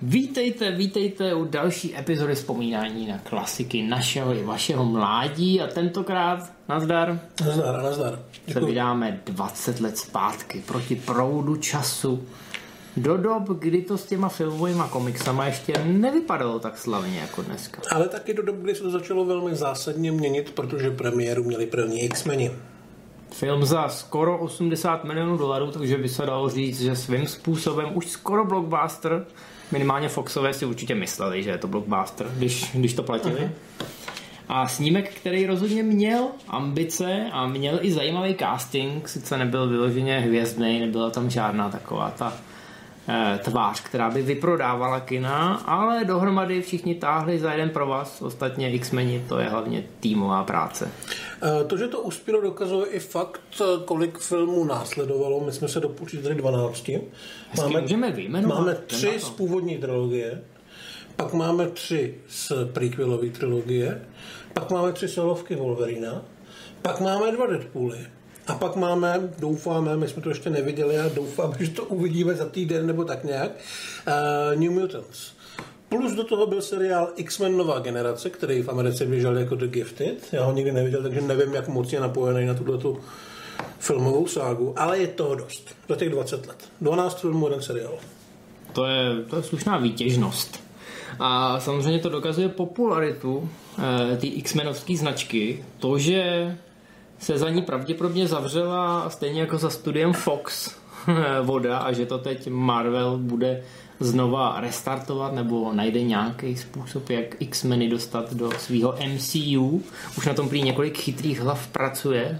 Vítejte u další epizody vzpomínání na klasiky našeho i vašeho mládí a tentokrát, nazdar, se vydáme 20 let zpátky proti proudu času do dob, kdy to s těma filmovýma komiksama ještě nevypadalo tak slavně jako dneska. Ale taky do dob, kdy se to začalo velmi zásadně měnit, protože premiéru měli první X-meni. Film za skoro $80 milionů, takže by se dalo říct, že svým způsobem už skoro blockbuster. Minimálně Foxové si určitě mysleli, že je to blockbuster, když to platili. A snímek, který rozhodně měl ambice a měl i zajímavý casting, sice nebyl vyloženě hvězdnej, nebyla tam žádná taková ta tvář, která by vyprodávala kina, ale dohromady všichni táhli za jeden provaz, ostatně X-meni, to je hlavně týmová práce. To, že to uspělo, dokazuje i fakt, kolik filmů následovalo. My jsme se dopočítali 12. Můžeme vyjmenovat. Máme 3 z původní trilogie, pak máme 3 z prequelové trilogie, pak máme 3 solovky Wolverina, pak máme 2 Deadpooly. A pak máme, doufáme, my jsme to ještě neviděli a doufáme, že to uvidíme za týden nebo tak nějak, New Mutants. Plus do toho byl seriál X-Men Nová generace, který v Americe běžel jako The Gifted. Já ho nikdy neviděl, takže nevím, jak moc je napojený na tuto filmovou ságu, ale je toho dost. Za těch 20 let. 12 filmů, 1 seriál. To je slušná výtěžnost. A samozřejmě to dokazuje popularitu té X-menovské značky. To, že se za ní pravděpodobně zavřela stejně jako za studiem Fox voda a že to teď Marvel bude znova restartovat nebo najde nějaký způsob, jak X-meny dostat do svého MCU. Už na tom prý několik chytrých hlav pracuje.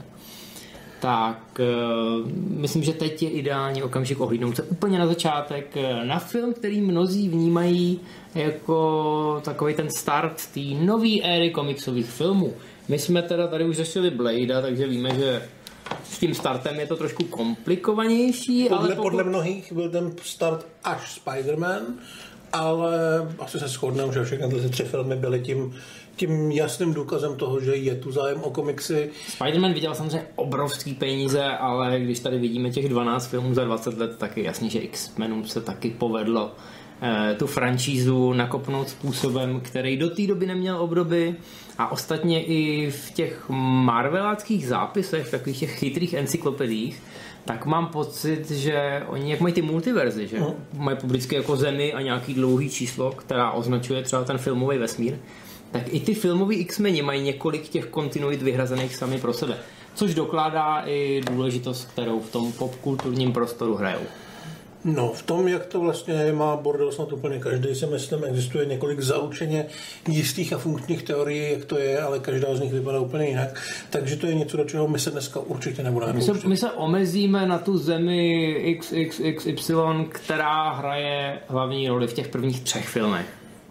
Tak myslím, že teď je ideální okamžik ohlídnout se úplně na začátek na film, který mnozí vnímají jako takový ten start té nové éry komiksových filmů. My jsme teda tady už řešili Bladea, takže víme, že s tím startem je to trošku komplikovanější. Podle mnohých byl ten start až Spider-Man, ale asi se shodneme, že všechny ty 3 filmy byly tím jasným důkazem toho, že je tu zájem o komiksy. Spider-Man viděl samozřejmě obrovský peníze, ale když tady vidíme těch 12 filmů za 20 let, tak je jasný, že X-menům se taky povedlo tu franšízu nakopnout způsobem, který do té doby neměl obdoby, a ostatně i v těch marveláckých zápisech, v takových těch chytrých encyklopediích, tak mám pocit, že oni, jak mají ty multiverzy, že mají vždycky jako zemi a nějaký dlouhý číslo, která označuje třeba ten filmový vesmír, tak i ty filmový X-meni mají několik těch kontinuit vyhrazených sami pro sebe, což dokládá i důležitost, kterou v tom popkulturním prostoru hrajou. No, v tom, jak to vlastně má bordel snad úplně každý, si myslím, existuje několik zaručeně jistých a funkčních teorií, jak to je, ale každá z nich vypadá úplně jinak. Takže to je něco, do čeho my se dneska určitě nebudeme pouštět. My se omezíme na tu zemi XXXY, která hraje hlavní roli v těch prvních 3 filmech.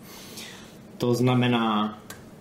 To znamená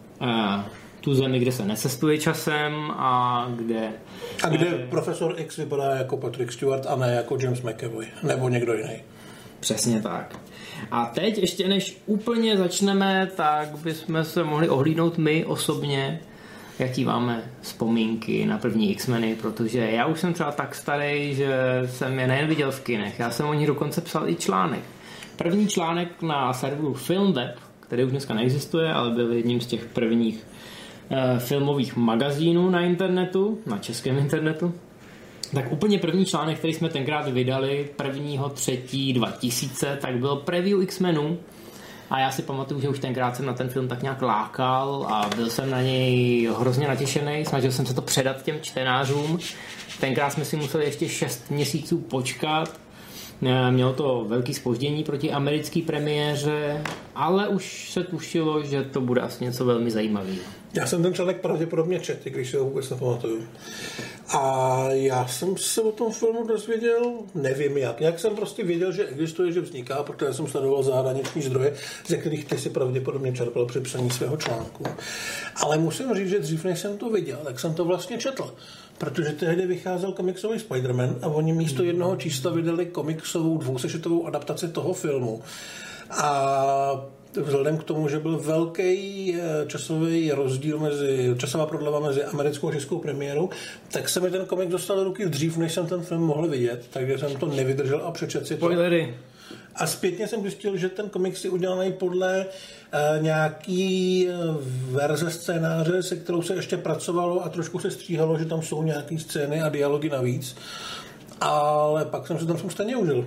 tu zemi, kde se necestuje časem a kde profesor X vypadá jako Patrick Stewart a ne jako James McAvoy nebo někdo jiný. Přesně tak. A teď ještě než úplně začneme, tak bychom se mohli ohlídnout my osobně, jaký máme vzpomínky na první X-meny, protože já už jsem třeba tak starý, že jsem je nejen viděl v kinech, já jsem o nich dokonce psal i článek. První článek na serveru FilmWeb, který už dneska neexistuje, ale byl jedním z těch prvních filmových magazínů na internetu, na českém internetu. Tak úplně první článek, který jsme tenkrát vydali 1.3.2000, tak byl preview X-menů a já si pamatuju, že už tenkrát jsem na ten film tak nějak lákal a byl jsem na něj hrozně natěšený, snažil jsem se to předat těm čtenářům. Tenkrát jsme si museli ještě 6 měsíců počkat. Mělo to velký zpoždění proti americké premiéře, ale už se tušilo, že to bude asi něco velmi zajímavého. Já jsem ten článek pravděpodobně četl, když si ho vůbec nepamatuju. A já jsem se o tom filmu dozvěděl, nevím jak. Nějak jsem prostě věděl, že existuje, že vzniká, protože jsem sledoval zahraniční zdroje, ze kterých ty si pravděpodobně čerpal při psaní svého článku. Ale musím říct, že dřív než jsem to viděl, tak jsem to vlastně četl. Protože tehdy vycházel komiksový Spider-Man a oni místo jednoho čísla vydali komiksovou 2seštovou adaptaci toho filmu. A vzhledem k tomu, že byl velký časový rozdíl časová prodleva mezi americkou a českou premiérou, tak se mi ten komik dostal do ruky dřív, než jsem ten film mohl vidět, takže jsem to nevydržel a přečet si to. Spoilery. A zpětně jsem zjistil, že ten komiks je udělaný podle nějaký verze scénáře, se kterou se ještě pracovalo a trošku se stříhalo, že tam jsou nějaký scény a dialogy navíc. Ale pak jsem se tam stejně užil.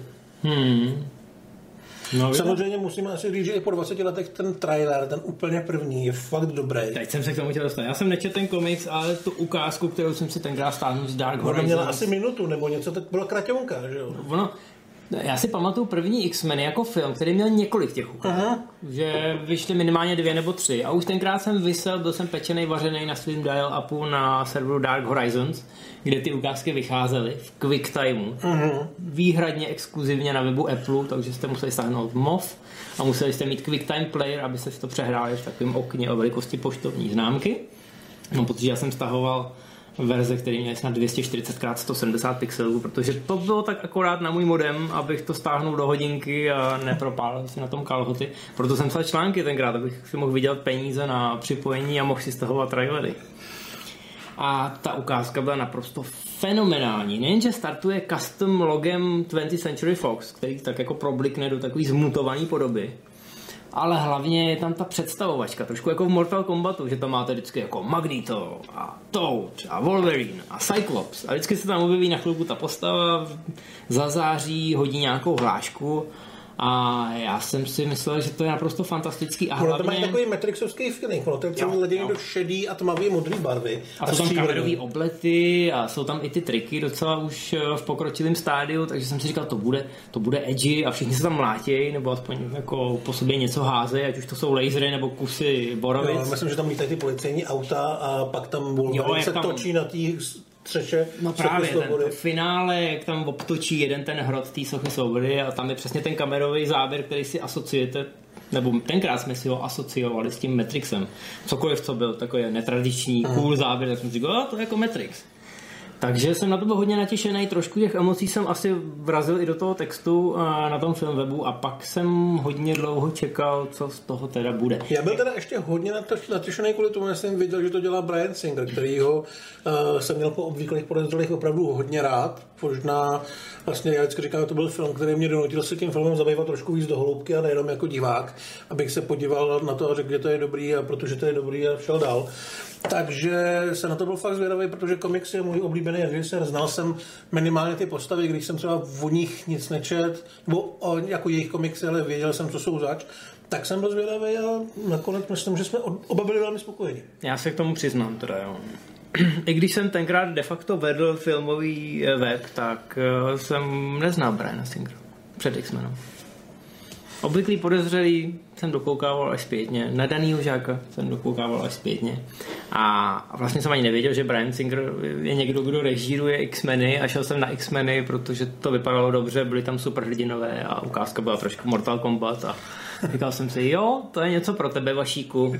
No, samozřejmě musíme asi říct, že i po 20 letech ten trailer, ten úplně první, je fakt dobrý. Teď jsem se k tomu chtěl dostat. Já jsem nečetl ten komiks, ale tu ukázku, kterou jsem si tenkrát stáhnul z Dark Horizons. Ona měla asi minutu nebo něco, tak byla kraťonka, že jo? Já si pamatuju první X-Men jako film, který měl několik těch ukázek. Že vyšly minimálně 2 nebo 3. A už tenkrát jsem byl jsem pečenej, vařenej na svým dial-upu na serveru Dark Horizons, kde ty ukázky vycházely v QuickTimeu. Výhradně exkluzivně na webu Apple, takže jste museli stáhnout MOV a museli jste mít QuickTime Player, abyste si to přehráli v takovém okně o velikosti poštovní známky. No, protože já jsem stahoval verze, které měly snad 240x170 pixelů, protože to bylo tak akorát na můj modem, abych to stáhnul do hodinky a nepropálil si na tom kalhoty. Proto jsem psal články tenkrát, abych si mohl vydělat peníze na připojení a mohl si stahovat trailery. A ta ukázka byla naprosto fenomenální. Nejenže startuje custom logem 20th Century Fox, který tak jako problikne do takový zmutovaný podoby, ale hlavně je tam ta představovačka, trošku jako v Mortal Kombatu, že tam máte vždycky jako Magneto a Toad a Wolverine a Cyclops a vždycky se tam objeví na chvilku ta postava, zazáří, hodí nějakou hlášku a já jsem si myslel, že to je naprosto fantastický a hlavně... to má takový matrixovský feeling, to je celý laděný do šedý a tmavý modrý barvy. A jsou tam kamerový oblety a jsou tam i ty triky docela už v pokročilém stádiu, takže jsem si říkal, to bude edgy a všichni se tam mlátějí, nebo aspoň jako po sobě něco házejí, ať už to jsou lasery nebo kusy borovic. Jo, myslím, že tam lítají ty policejní auta a pak tam Wolverine se točí na té střeše. No právě, ten finále, jak tam obtočí jeden ten hrot té sochy svobody a tam je přesně ten kamerový záběr, který si asociujete, nebo tenkrát jsme si ho asociovali s tím Matrixem. Cokoliv, co byl takový netradiční, cool záběr, tak jsem si říkal, to je jako Matrix. Takže jsem na to byl hodně natěšený, trošku těch emocí jsem asi vrazil i do toho textu na tom Filmwebu a pak jsem hodně dlouho čekal, co z toho teda bude. Já byl teda ještě hodně natěšený kvůli tomu, že jsem viděl, že to dělá Bryan Singer, kterýho jsem měl po obvyklých podezřelých opravdu hodně rád. Možná vlastně já vždycky říkám, že to byl film, který mě donutil se tím filmem zabývat trošku víc do hloubky a nejenom jako divák, abych se podíval na to a řekl, že to je dobrý a protože to je dobrý a šel dál. Takže jsem na to byl fakt zvědavý, protože komiks je můj oblíbený režisér. Znal jsem minimálně ty postavy, když jsem třeba o nich nic nečet, nebo jako jejich komiksy, ale věděl jsem, co jsou zač. Tak jsem byl zvědavý a nakonec myslím, že jsme oba byli velmi spokojeni. Já se k tomu přiznám teda, jo. I když jsem tenkrát de facto vedl filmový web, tak jsem neznal Bryana Singera před X-Menem. Obvyklý podezřelý jsem dokoukával až zpětně, na Danýho Žáka jsem dokoukával až zpětně a vlastně jsem ani nevěděl, že Bryan Singer je někdo, kdo režíruje X-Meny a šel jsem na X-Meny, protože to vypadalo dobře, byli tam superhrdinové a ukázka byla trošku Mortal Kombat a říkal jsem si, jo, to je něco pro tebe, Vašíku.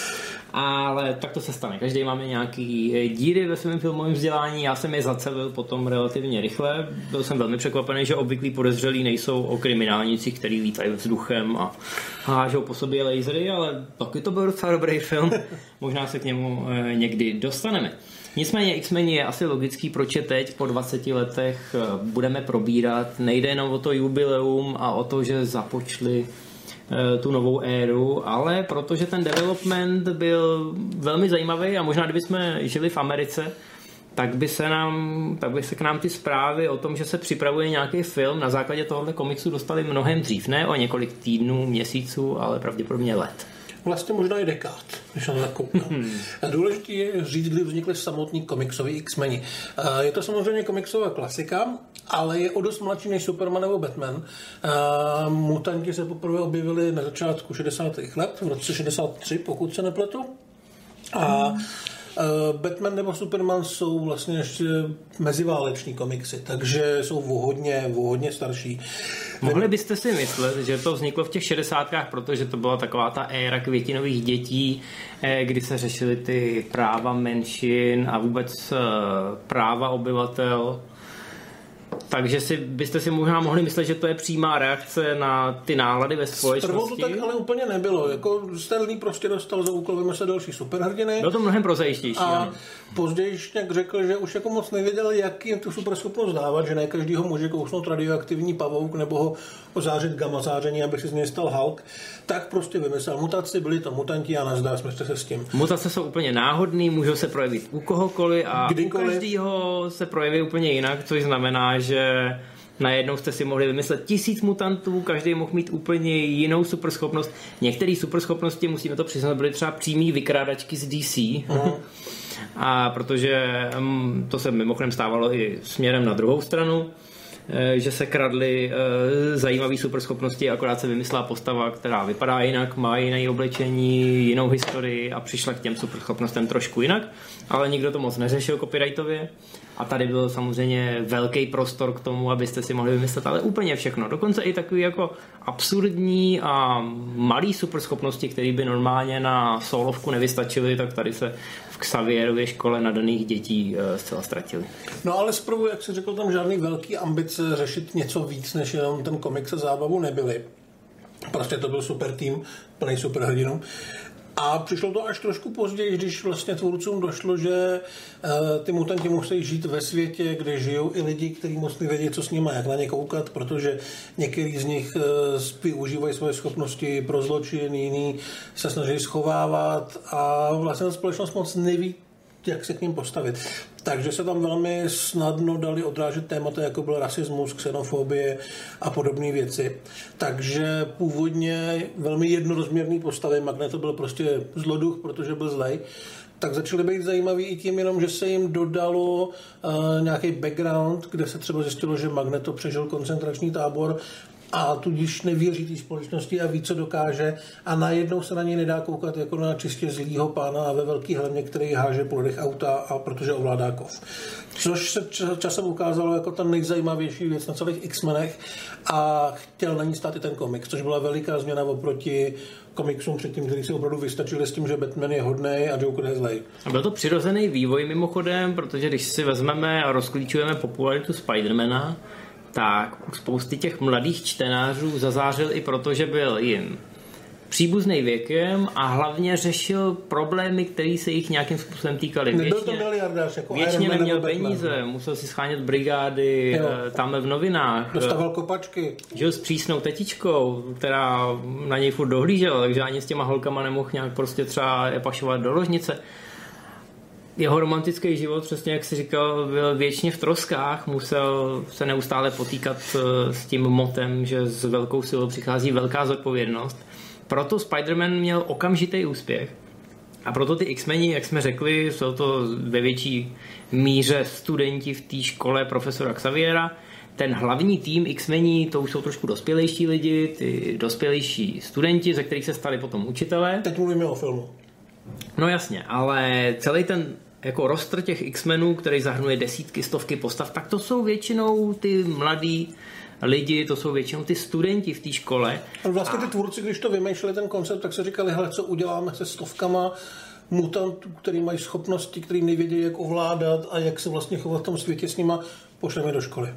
Ale tak to se stane. Každý máme nějaký díry ve svém filmovém vzdělání. Já jsem je zacelil potom relativně rychle. Byl jsem velmi překvapený, že obvyklí podezřelí nejsou o kriminálnicích, který lítají vzduchem a hážou po sobě lasery, ale taky to byl docela dobrý film. Možná se k němu někdy dostaneme. Nicméně X-Men je asi logický, proč je teď po 20 letech budeme probírat. Nejde jenom o to jubileum a o to, že započli tu novou éru, ale protože ten development byl velmi zajímavý a možná kdybychom žili v Americe, tak by se k nám ty zprávy o tom, že se připravuje nějaký film na základě tohoto komiksu dostali mnohem dřív, ne o několik týdnů, měsíců, ale pravděpodobně let. Vlastně možná i dekád, když na to koukám. Důležité je říct, kdy vznikly samotný komiksový X-meni. Je to samozřejmě komiksová klasika, ale je o dost mladší než Superman nebo Batman. Mutanti se poprvé objevili na začátku 60. let, v roce 63, pokud se nepletu. A Batman nebo Superman jsou vlastně ještě meziváleční komiksy, takže jsou o hodně starší. Mohli byste si myslet, že to vzniklo v těch 60kách, protože to byla taková ta éra květinových dětí, kdy se řešily ty práva menšin a vůbec práva obyvatel. Takže byste si možná mohli myslet, že to je přímá reakce na ty nálady ve společnosti. Zprvu to tak ale úplně nebylo. Jako Stanley prostě dostal za úkol vymyslet další superhrdiny. Bylo to mnohem prozajištější. A později nějak řekl, že už jako moc nevěděl, jak jim tu superschopnost dávat, že ne každýho může kousnout radioaktivní pavouk nebo ho ozářit gamma záření, aby si z něj stal Hulk. Tak prostě vymyslel mutaci, byli to mutanti a nazdá, směřte se s tím. Mutace jsou úplně náhodný, můžou se projevit u kohokoliv a kdykoliv. U každého se projeví úplně jinak, což znamená, že najednou jste si mohli vymyslet 1000 mutantů, každý mohl mít úplně jinou superschopnost. Některé superschopnosti, musíme to přiznat, byly třeba přímý vykrádačky z DC. A protože to se mimochodem stávalo i směrem na druhou stranu, že se kradly zajímavé superschopnosti, akorát se vymyslela postava, která vypadá jinak, má jiné oblečení, jinou historii a přišla k těm superschopnostem trošku jinak, ale nikdo to moc neřešil copyrightově. A tady byl samozřejmě velký prostor k tomu, abyste si mohli vymyslet, ale úplně všechno. Dokonce i takový jako absurdní a malý superschopnosti, které by normálně na solovku nevystačily, tak tady se v Xavierově škole nadaných dětí zcela ztratili. No ale zprvu, jak jsi řekl, tam žádný velký ambice řešit něco víc, než jenom ten komiks a zábavu nebyly. Prostě to byl super tým, plný superhrdinů. A přišlo to až trošku později, když vlastně tvůrcům došlo, že ty mutanti musí žít ve světě, kde žijou i lidi, kteří moc nevědí, co s nimi, jak na ně koukat, protože některý z nich využívají svoje schopnosti pro zločin, jiný se snaží schovávat a vlastně společnost moc neví, jak se k ním postavit. Takže se tam velmi snadno dali odrážet témata, jako byl rasismus, xenofobie a podobné věci. Takže původně velmi jednorozměrný postavy, Magneto byl prostě zloduch, protože byl zlej, tak začaly být zajímavý i tím jenom, že se jim dodalo nějaký background, kde se třeba zjistilo, že Magneto přežil koncentrační tábor a tudíž nevěří té společnosti a ví, co dokáže a najednou se na něj nedá koukat jako na čistě zlýho pána a ve velký hlavně, který háže po lidech auta a protože ovládá kov. Což se časem ukázalo jako ta nejzajímavější věc na celých X-menech a chtěl na ní stát i ten komiks, což byla veliká změna oproti komiksům předtím, který si opravdu vystačili s tím, že Batman je hodnej a Joker je zlej. A byl to přirozený vývoj mimochodem, protože když si vezmeme a rozklíčujeme popularitu Spidermana, tak u spousty těch mladých čtenářů zazářil i proto, že byl jim příbuzný věkem a hlavně řešil problémy, které se jich nějakým způsobem týkaly. Nebyl to miliardář, jako většině neměl peníze, musel si schánět brigády, tam v novinách. Dostával kopačky. Žil s přísnou tetičkou, která na něj furt dohlížela, takže ani s těma holkama nemohl nějak prostě třeba je pašovat do ložnice. Jeho romantický život, přesně jak jsi říkal, byl věčně v troskách, musel se neustále potýkat s tím motem, že s velkou silou přichází velká zodpovědnost. Proto Spider-Man měl okamžitý úspěch. A proto ty X-meni, jak jsme řekli, jsou to ve větší míře studenti v té škole profesora Xaviera. Ten hlavní tým X-mení, to už jsou trošku dospělejší lidi, ty dospělejší studenti, ze kterých se stali potom učitelé. Teď mluvíme o filmu. No jasně, ale celý ten jako rostr těch X-menů, který zahrnuje desítky, stovky postav, tak to jsou většinou ty mladí lidi, to jsou většinou ty studenti v té škole. A vlastně ty tvůrci, když to vymýšleli ten koncept, tak se říkali, hele, co uděláme se stovkama mutantů, který mají schopnosti, který nevědí, jak ovládat a jak se vlastně chovat v tom světě s nima, pošleme do školy.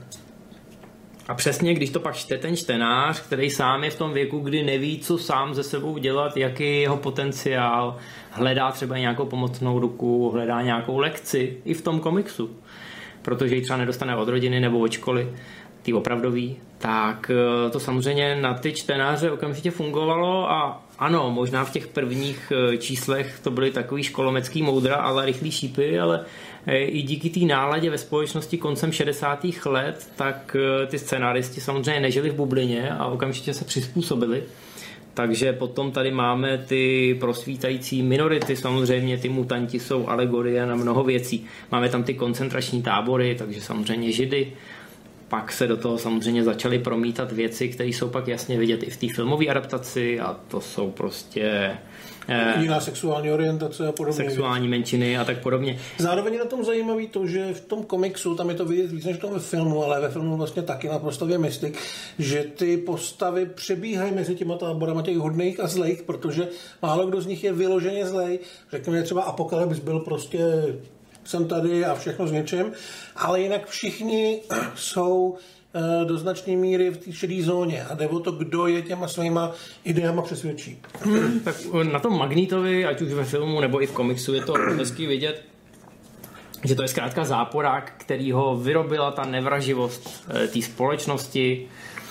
A přesně, když to pak čte ten čtenář, který sám je v tom věku, kdy neví, co sám ze sebou dělat, jaký je jeho potenciál, hledá třeba nějakou pomocnou ruku, hledá nějakou lekci i v tom komiksu, protože ji třeba nedostane od rodiny nebo od školy, ty opravdový, tak to samozřejmě na ty čtenáře okamžitě fungovalo a ano, možná v těch prvních číslech to byly takový školomecký moudra, ale rychlý šípy, ale i díky té náladě ve společnosti koncem 60. let, tak ty scenáristi samozřejmě nežili v bublině a okamžitě se přizpůsobili. Takže potom tady máme ty prosvítající minority, samozřejmě ty mutanti jsou alegorie na mnoho věcí. Máme tam ty koncentrační tábory, takže samozřejmě Židy. Pak se do toho samozřejmě začaly promítat věci, které jsou pak jasně vidět i v té filmové adaptaci a to jsou prostě jiná sexuální orientace a podobně. Sexuální menšiny a tak podobně. Zároveň je na tom zajímavý to, že v tom komiksu, tam je to vidět víc než v tom filmu, ale ve filmu vlastně taky naprosto je mystik, že ty postavy přebíhají mezi těma táborama těch hodných a zlejch, protože málo kdo z nich je vyloženě zlej. Řekněme, třeba Apokalypse byl prostě jsem tady a všechno s něčím, ale jinak všichni jsou do značné míry v té šedé zóně a jde o to, kdo je těma svýma ideama přesvědčí. Tak na tom Magnetovi, ať už ve filmu nebo i v komiksu, je to hezky vidět, že to je zkrátka záporák, který ho vyrobila ta nevraživost té společnosti,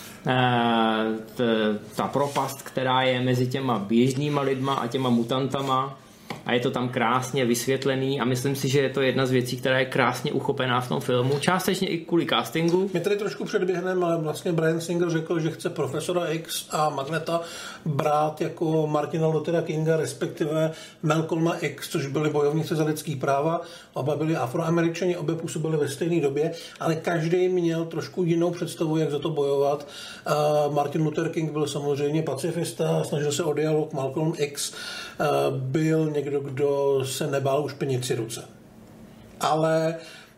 ta propast, která je mezi těma běžnýma lidma a těma mutantama, a je to tam krásně vysvětlený a myslím si, že je to jedna z věcí, která je krásně uchopená v tom filmu, částečně i kvůli castingu. My tady trošku předběhneme, ale vlastně Bryan Singer řekl, že chce Profesora X a Magneta brát jako Martina Luthera Kinga, respektive Malcolma X, což byli bojovníci za lidský práva, oba byli Afroameričani, obě působili ve stejné době, ale každý měl trošku jinou představu, jak za to bojovat. Martin Luther King byl samozřejmě pacifista, snažil se o dialog, Malcolm X byl někdo, kdo se nebál ušpinit si ruce. Ale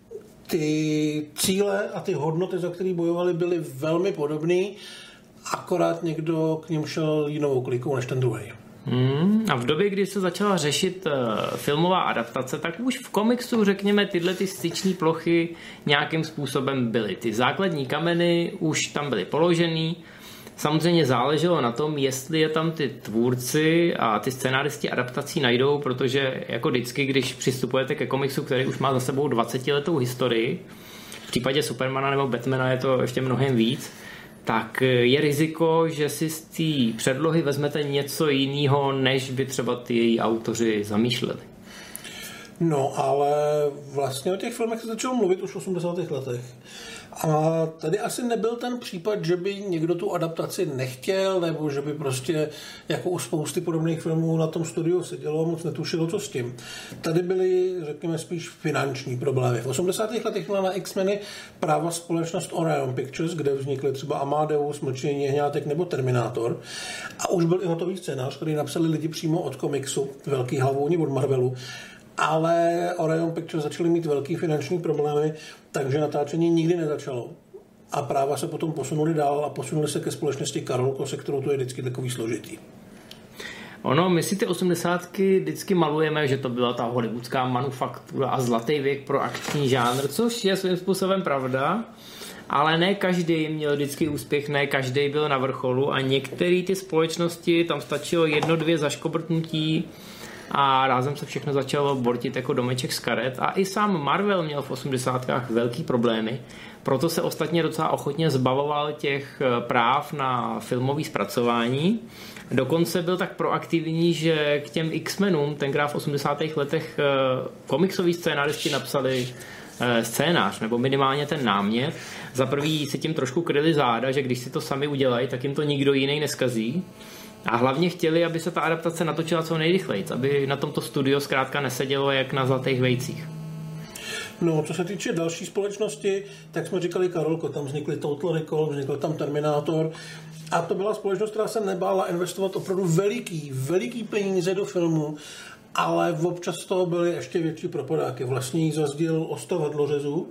ty cíle a ty hodnoty, za které bojovali, byly velmi podobný, akorát někdo k ním šel jinou klikou než ten druhý. A v době, kdy se začala řešit filmová adaptace, tak už v komiksu, řekněme, tyhle ty styční plochy nějakým způsobem byly. Ty základní kameny už tam byly položený. Samozřejmě záleželo na tom, jestli je tam ty tvůrci a ty scenáristi adaptací najdou, protože jako vždycky, když přistupujete ke komiksu, který už má za sebou 20letou historii, v případě Supermana nebo Batmana je to ještě mnohem víc, tak je riziko, že si z té předlohy vezmete něco jiného, než by třeba ty její autoři zamýšleli. No, ale vlastně o těch filmech se začalo mluvit už v 80. letech. A tady asi nebyl ten případ, že by někdo tu adaptaci nechtěl, nebo že by prostě jako u spousty podobných filmů na tom studiu sedělo a moc netušilo, co s tím. Tady byly, řekněme, spíš finanční problémy. V 80. letech měla na X-meny práva společnost Orion Pictures, kde vznikly třeba Amadeus, Mlčení jehňátek nebo Terminátor. A už byl i hotový scénář, který napsali lidi přímo od komiksu, velký hlavůni od Marvelu. Ale Orion Pictures začaly mít velký finanční problémy, takže natáčení nikdy nezačalo. A práva se potom posunuli dál a posunuli se ke společnosti Karolko, se kterou to je vždycky takový složitý. Ono, my si ty 80ky vždycky malujeme, že to byla ta hollywoodská manufaktura a zlatý věk pro akční žánr, což je svým způsobem pravda, ale ne každý měl vždycky úspěch, ne každý byl na vrcholu a některé ty společnosti, tam stačilo 1-2 zaškobrtnutí a rázem se všechno začalo bortit jako domeček z karet a i sám Marvel měl v 80kách velký problémy, proto se ostatně docela ochotně zbavoval těch práv na filmové zpracování. Dokonce byl tak proaktivní, že k těm X-menům tenkrát v 80. letech komiksoví scénáristi napsali scénář, nebo minimálně ten námět. Za prvý si tím trošku kryli záda, že když si to sami udělají, tak jim to nikdo jiný neskazí. A hlavně chtěli, aby se ta adaptace natočila co nejrychleji, aby na tomto studio zkrátka nesedělo jak na zlatých vejcích. No, co se týče další společnosti, tak jsme říkali Karolko, tam vznikly Total Recall, vznikl tam Terminátor a to byla společnost, která se nebála investovat opravdu veliký peníze do filmu, ale občas toho byly ještě větší propadáky. Vlastně jí zazdil Ostrov Hadlořezů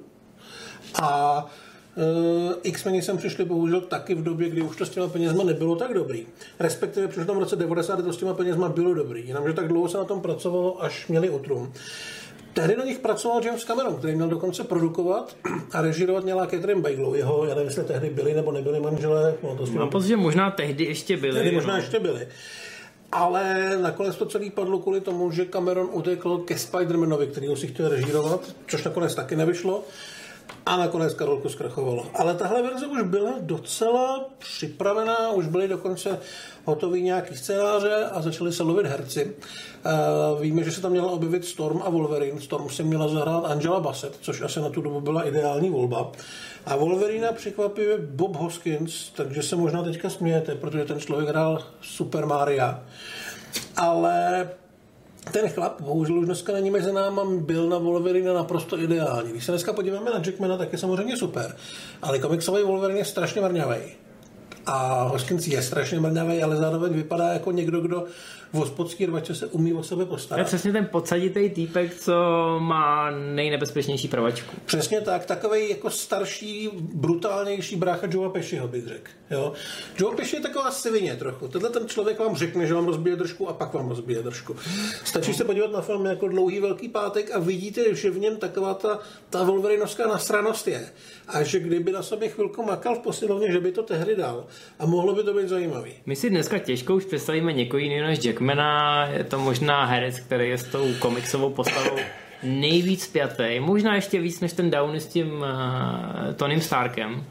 a X-meni sem přišli bohužel taky v době, kdy už to s těma penězma nebylo tak dobrý. Respektive přišlo tam v roce 90, to s těma penězma bylo dobrý, jenomže tak dlouho se na tom pracovalo, až měli otrum. Tehdy na nich pracoval James Cameron, který měl dokonce produkovat a režírovat měla Catherine Bigelow. Jeho, já nevím, jestli tehdy byli nebo nebyli manželé. Mám pocit, že možná tehdy ještě byli. Tehdy možná ještě byli. Ale nakonec to celý padlo kvůli tomu, že Cameron utekl ke Spider-Manovi, kterýho si chtěl režírovat, což nakonec taky nevyšlo. A nakonec Karolko zkrachovalo. Ale tahle verze už byla docela připravená, už byly dokonce hotový nějaký scénáře a začali se lovit herci. Víme, že se tam měla objevit Storm a Wolverine. Storm si měla zahrát Angela Bassett, což asi na tu dobu byla ideální volba. A Wolverina překvapivě Bob Hoskins, takže se možná teďka smějete, protože ten člověk hrál Super Maria. Ale ten chlap, bohužel už dneska není mezi náma, byl na Wolverine naprosto ideální. Když se dneska podíváme na Jackmana, tak je samozřejmě super, ale komiksový Wolverine je strašně marňavý. A Hoskins je strašně mrdavý, ale zároveň vypadá jako někdo, kdo v hospodský rvače se umí o sebe postarat. To je přesně ten podsaditý týpek, co má nejnebezpečnější pravačku. Přesně tak, takovej jako starší, brutálnější brácha Joea Pesciho, bych řekl. Jo? Joe Pesci je taková svině trochu. Tenhle ten člověk vám řekne, že vám rozbije držku a pak vám rozbije držku. Stačí se podívat na film jako Dlouhý velký pátek a vidíte, že v něm taková ta Wolverinovská nasranost je. A že kdyby na sobě chvilku makal v posilovně, že by to tehdy dal. A mohlo by to být zajímavý. My si dneska těžko už představíme někoho jiného než Jackmana. Je to možná herec, který je s tou komiksovou postavou nejvíc spjatý. Možná ještě víc než ten Downey s tím Tonym Starkem.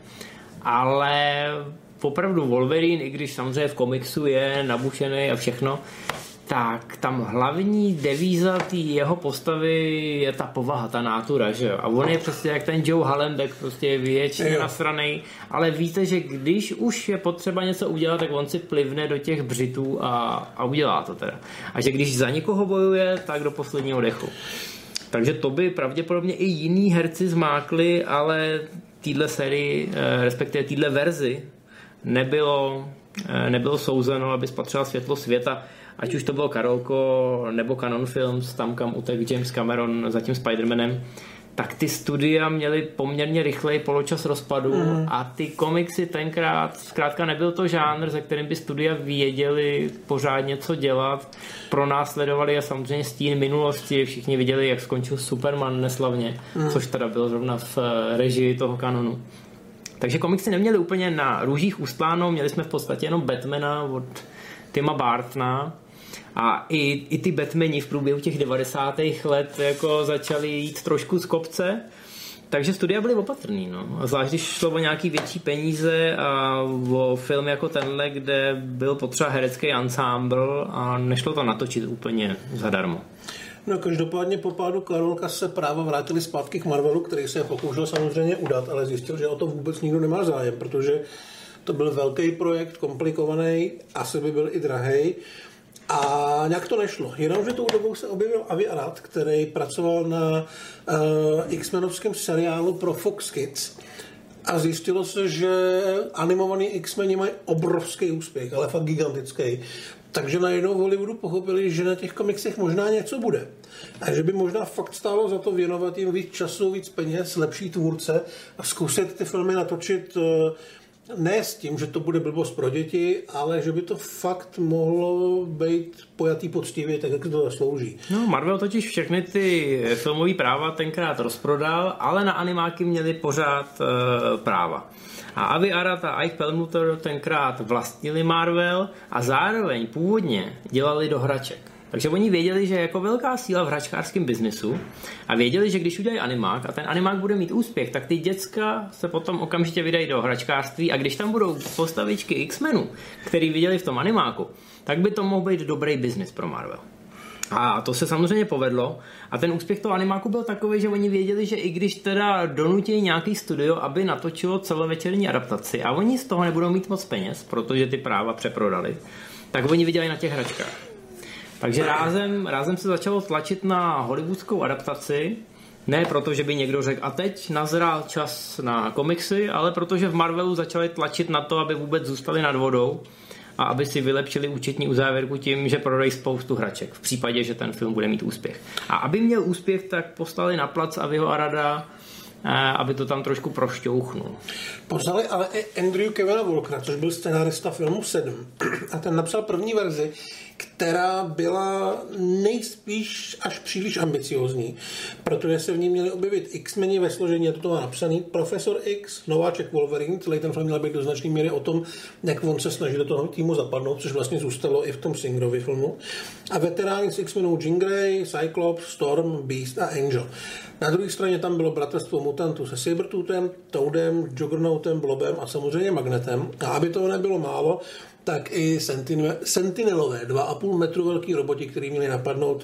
Ale opravdu Wolverine, i když samozřejmě v komiksu je nabušený a všechno, tak tam hlavní devíza té jeho postavy je ta povaha, ta nátura, že jo? A on je přesně jak ten Joe Hallenbeck, prostě většině nasranej, ale víte, že když už je potřeba něco udělat, tak on si plivne do těch břitů a udělá to teda. A že když za někoho bojuje, tak do posledního dechu. Takže to by pravděpodobně i jiní herci zmákli, ale týhle sérii, respektive týhle verzi nebylo souzeno, aby spatřila světlo světa. Ať už to bylo Karolko nebo Canon Films, tam kam utek James Cameron za tím Spider-Manem, tak ty studia měly poměrně rychlej poločas rozpadu a ty komiksy tenkrát, zkrátka nebyl to žánr, ze kterým by studia věděli pořád něco dělat, pronásledovali a samozřejmě stín minulosti, všichni viděli, jak skončil Superman neslavně, což teda bylo zrovna v režii toho Canonu. Takže komiksy neměly úplně na růžích ustláno, měli jsme v podstatě jenom Batmana od Tima Burtona a i ty Batmani v průběhu těch 90. let jako začali jít trošku z kopce, takže studia byly opatrný, no. Zvlášť když šlo o nějaký větší peníze a o film jako tenhle, kde byl potřeba herecký ansámbl a nešlo to natočit úplně zadarmo. No každopádně po pádu Karolka se práva vrátili zpátky k Marvelu, který se pokoušel samozřejmě udat, ale zjistil, že o to vůbec nikdo nemá zájem, protože to byl velký projekt, komplikovaný, asi by byl i drahej a nějak to nešlo. Jenomže tou dobou se objevil Avi Arad, který pracoval na X-menovském seriálu pro Fox Kids a zjistilo se, že animovaný X-meni mají obrovský úspěch, ale fakt gigantický. Takže najednou v Hollywoodu pochopili, že na těch komiksech možná něco bude. A že by možná fakt stálo za to věnovat jim víc času, víc peněz, lepší tvůrce a zkusit ty filmy natočit ne s tím, že to bude blbost pro děti, ale že by to fakt mohlo být pojatý poctivě, tak jak to zaslouží. No, Marvel totiž všechny ty filmové práva tenkrát rozprodal, ale na animáky měli pořád práva. A Avi Arad a Ike Perlmutter tenkrát vlastnili Marvel a zároveň původně dělali do hraček. Takže oni věděli, že je jako velká síla v hračkářském biznesu a věděli, že když udělají animák a ten animák bude mít úspěch, tak ty děcka se potom okamžitě vydají do hračkářství a když tam budou postavičky X-menů, který viděli v tom animáku, tak by to mohl být dobrý biznis pro Marvel. A to se samozřejmě povedlo a ten úspěch toho animáku byl takový, že oni věděli, že i když teda donutí nějaký studio, aby natočilo celovečerní adaptaci a oni z toho nebudou mít moc peněz, protože ty práva přeprodali, tak oni vydělají na těch hračkách. Takže rázem se začalo tlačit na hollywoodskou adaptaci, ne proto, že by někdo řekl a teď nazrál čas na komiksy, ale protože v Marvelu začali tlačit na to, aby vůbec zůstali nad vodou a aby si vylepšili účetní uzávěrku tím, že prodají spoustu hraček v případě, že ten film bude mít úspěch. A aby měl úspěch, tak poslali na plac Aviho Arada, aby to tam trošku prošťouchnul. Poslali ale i Andrew Kevina Walkera, což byl scenárista filmu 7. A ten napsal první verzi, která byla nejspíš až příliš ambiciózní, protože se v ní měli objevit X-meni ve složení, a to má napsaný, Profesor X, nováček Wolverine, celý ten film měl být do značné míry o tom, jak on se snaží do toho týmu zapadnout, což vlastně zůstalo i v tom Singerovi filmu. A veteráni z X-menů Jean Grey, Cyclops, Storm, Beast a Angel. Na druhé straně tam bylo bratrstvo mutantů se Sabretootem, Toadem, Juggernautem, Blobem a samozřejmě Magnetem. A aby toho nebylo málo, tak i Sentinelové, 2,5 metru velký roboti, který měli napadnout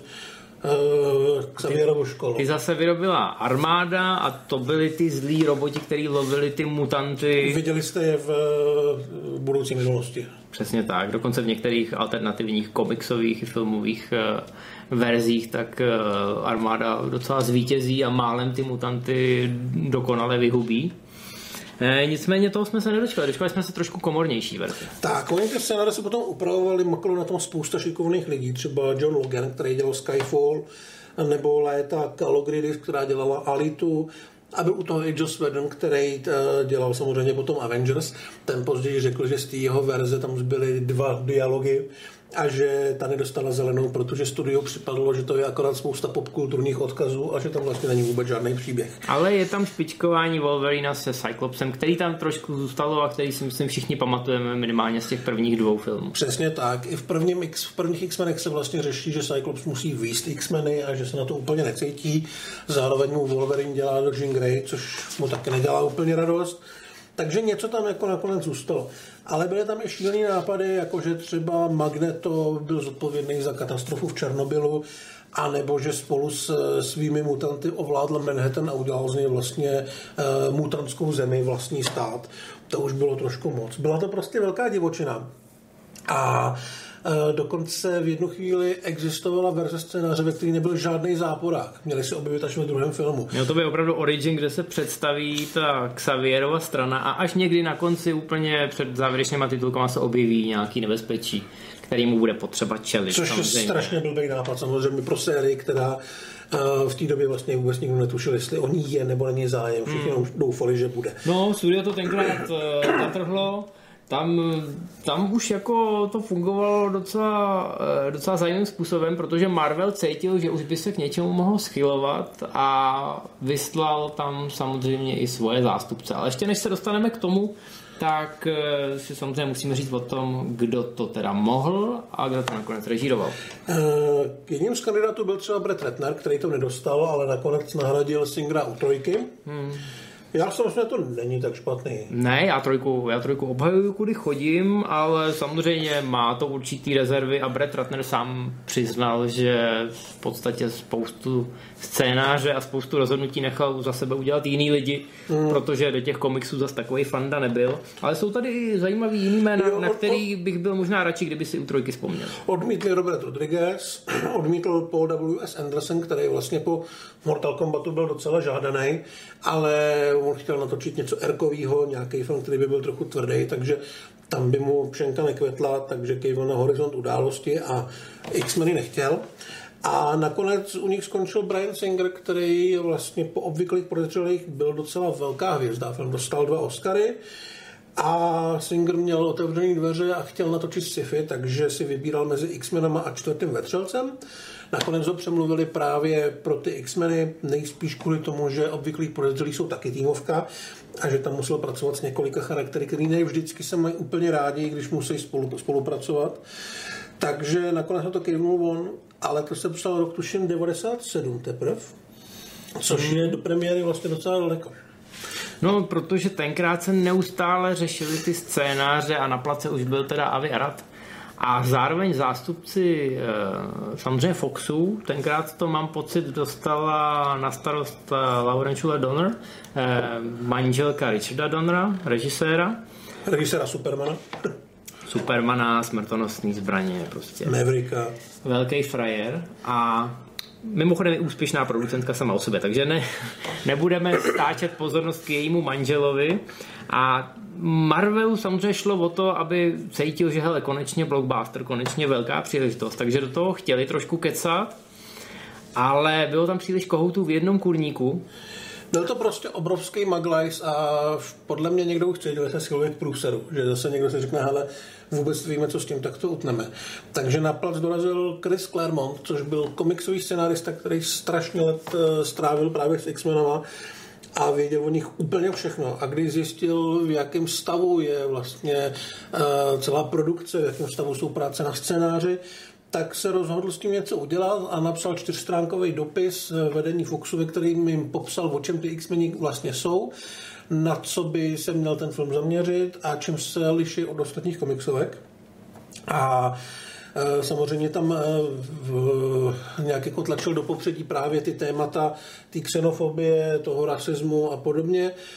Xavierovu školu. Ty zase vyrobila armáda a to byly ty zlí roboti, který lovili ty mutanty. Viděli jste je v budoucí minulosti. Přesně tak, dokonce v některých alternativních komiksových i filmových verzích, tak armáda docela zvítězí a málem ty mutanty dokonale vyhubí. Nicméně toho jsme se nedočkali. Dočkali jsme se trošku komornější verze. Tak, oni ty scénáře se potom upravovali, makalo na tom spousta šikovných lidí, třeba John Logan, který dělal Skyfall, nebo Léta Kalogridis, která dělala Alitu, a byl u toho i Joss Whedon, který dělal samozřejmě potom Avengers. Ten později řekl, že z té jeho verze tam zbyly 2 dialogy a že ta nedostala zelenou, protože studio připadlo, že to je akorát spousta popkulturních odkazů a že tam vlastně není vůbec žádný příběh. Ale je tam špičkování Wolverina se Cyclopsem, který tam trošku zůstalo a který si myslím všichni pamatujeme minimálně z těch prvních 2 filmů. Přesně tak. I v prvních X-menech se vlastně řeší, že Cyclops musí výjist X-meny a že se na to úplně necítí. Zároveň mu Wolverine dělá Jean Grey, což mu taky nedělá úplně radost. Takže něco tam jako nakonec zůstalo. Ale byly tam i šílený nápady, jakože třeba Magneto byl zodpovědný za katastrofu v Černobylu, anebo že spolu s svými mutanty ovládl Manhattan a udělal z něj vlastně mutantskou zemi, vlastní stát. To už bylo trošku moc. Byla to prostě velká divočina. A dokonce v jednu chvíli existovala verze scénáře, ve které nebyl žádný záporák. Měli se objevit až ve 2. filmu. Jo, to by opravdu origin, kde se představí ta Xavierova strana a až někdy na konci úplně před závěrečnýma titulkama se objeví nějaký nebezpečí, který mu bude potřeba čelit. Což samozřejmě. Je strašně blbý nápad, samozřejmě pro sérii, která v té době vlastně vůbec nikdo netušil, jestli o ní je nebo není zájem. Všichni doufali, že bude. No, studio to tenkrát natrhlo. Tam už jako to fungovalo docela zajímavým způsobem, protože Marvel cítil, že už by se k něčemu mohl schylovat a vyslal tam samozřejmě i svoje zástupce. Ale ještě než se dostaneme k tomu, tak si samozřejmě musíme říct o tom, kdo to teda mohl a kdo to nakonec režíroval. Jedním z kandidátů byl třeba Brett Ratner, který to nedostal, ale nakonec nahradil Singera u 3. Já si myslím, že to není tak špatný. Ne, já trojku obhajuju, kudy chodím, ale samozřejmě má to určitý rezervy a Brett Ratner sám přiznal, že v podstatě spoustu scénáře a spoustu rozhodnutí nechal za sebe udělat jiný lidi, protože do těch komiksů zas takový fanda nebyl. Ale jsou tady i zajímavý jiný jména, na který bych byl možná radši, kdyby si u 3 vzpomněl. Odmítl Robert Rodriguez, odmítl Paul W.S. Anderson, který vlastně po Mortal Kombatu byl docela žádaný, ale on chtěl natočit něco erkovýho, nějaký film, který by byl trochu tvrdý, takže tam by mu pšenka nekvetla, takže kejval na horizont události a X-meny nechtěl. A nakonec u nich skončil Bryan Singer, který vlastně po obvyklých podezřelých byl docela velká hvězda. Film dostal 2 Oscary a Singer měl otevřený dveře a chtěl natočit sci-fi, takže si vybíral mezi X-menama a 4. vetřelcem. Nakonec ho přemluvili právě pro ty X-meny, nejspíš kvůli tomu, že obvyklí podezřelí jsou taky týmovka a že tam musel pracovat s několika charaktery, který ne vždycky se mají úplně rádi, když musí spolupracovat. Takže nakonec ho to kejvnul on, ale to se psal rok tuším 97 teprve, což je do premiéry vlastně docela daleko. No, protože tenkrát se neustále řešily ty scénáře a na place už byl teda Avi Arad. A zároveň zástupci samozřejmě Foxu, tenkrát to mám pocit dostala na starost Laurence Donner, manželka Richarda Donnera, režiséra Supermana, smrtonosný zbraně, prostě. Mavericka. Velký frajer a mimochodem je úspěšná producentka sama o sobě, takže nebudeme stáčet pozornost k jejímu manželovi. A Marvelu samozřejmě šlo o to, aby cítil, že hele, konečně blockbuster, konečně velká příležitost, takže do toho chtěli trošku kecat, ale bylo tam příliš kohoutů v jednom kurníku. Byl to prostě obrovský maglajs a podle mě někdo chce dělat se schyluje k průseru, že zase někdo si řekne, hele, vůbec víme, co s tím, tak to utneme. Takže na plac dorazil Chris Claremont, což byl komiksový scenárista, který strašně let strávil právě s X-menama a věděl o nich úplně všechno. A když zjistil, v jakém stavu je vlastně celá produkce, v jakém stavu jsou práce na scénáři, tak se rozhodl s tím něco udělat a napsal 4stránkový dopis vedení Foxu, ve kterým jim popsal, o čem ty X-meni vlastně jsou, na co by se měl ten film zaměřit a čím se liší od ostatních komiksovek. A samozřejmě tam nějak jako tlačil do popředí právě ty témata, ty xenofobie, toho rasismu a podobně.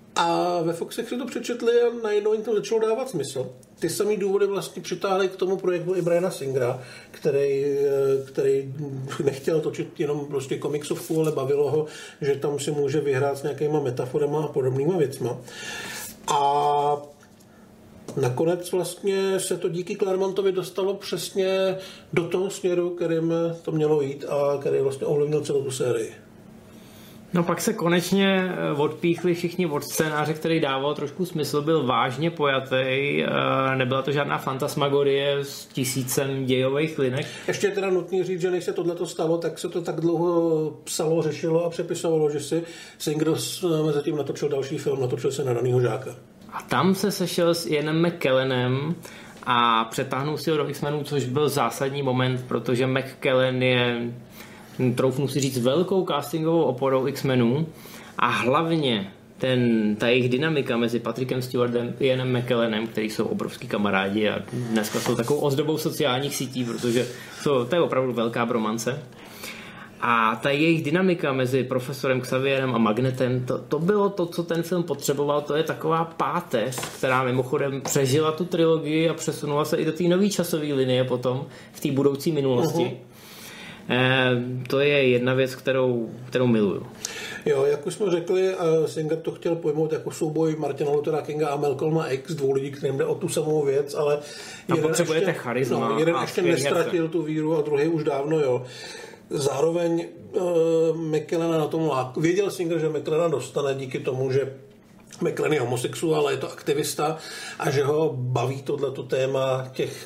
A ve Foxech si to přečetli a najednou jim to začalo dávat smysl. Ty samý důvody vlastně přitáhly k tomu projektu i Briana Singera, který nechtěl točit jenom prostě komiksovku, ale bavilo ho, že tam si může vyhrát s nějakýma metaforama a podobnýma věcma. A nakonec vlastně se to díky Claremontovi dostalo přesně do toho směru, kterým to mělo jít a který vlastně ovlivnil celou tu sérii. No pak se konečně odpíchli všichni od scénáře, který dával trošku smysl, byl vážně pojatý, nebyla to žádná fantasmagorie s 1000 dějových linek. Ještě je teda nutný říct, že než se tohleto stalo, tak se to tak dlouho psalo, řešilo a přepisovalo, že si Singer zatím natočil další film, natočil se Na ranýho žáka. A tam se sešel s Ianem McKellanem a přetáhnul si ho do X-menů, což byl zásadní moment, protože McKellen je, troufnu si říct, velkou castingovou oporou X-menů a hlavně ta jejich dynamika mezi Patrickem Stewartem a Ianem McKellanem, který jsou obrovský kamarádi a dneska jsou takovou ozdobou sociálních sítí, protože to je opravdu velká bromance. A ta jejich dynamika mezi profesorem Xavierem a Magnetem, to bylo to, co ten film potřeboval. To je taková páteř, která mimochodem přežila tu trilogii a přesunula se i do té nové časové linie potom v té budoucí minulosti. To je jedna věc, kterou miluju. Jo, jak už jsme řekli, Singer to chtěl pojmout jako souboj Martina Luthera Kinga a Malcolma X, dvou lidí, kterým jde o tu samou věc, ale potřebujete charisma. Jeden ještě nestratil tu víru a druhý už dávno, jo. Zároveň McKellena na tom věděl Singer, že McKellena dostane díky tomu, že McKellen je homosexuál, je to aktivista a že ho baví tohleto téma